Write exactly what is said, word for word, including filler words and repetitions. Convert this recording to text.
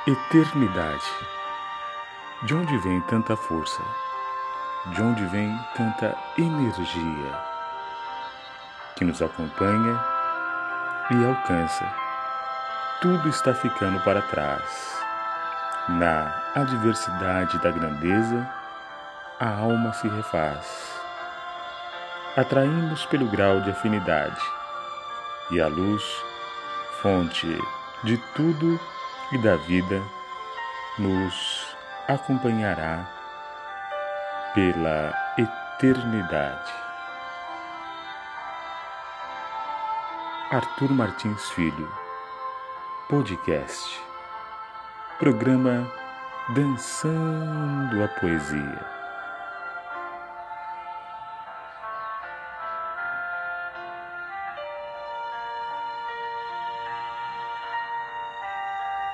Eternidade. De onde vem tanta força? De onde vem tanta energia que nos acompanha e alcança? Tudo está ficando para trás. Na adversidade da grandeza, a alma se refaz. Atraímos pelo grau de afinidade, e a luz, fonte de tudo e da vida, nos acompanhará pela eternidade. Arthur Martins Filho, podcast, programa Dançando a Poesia.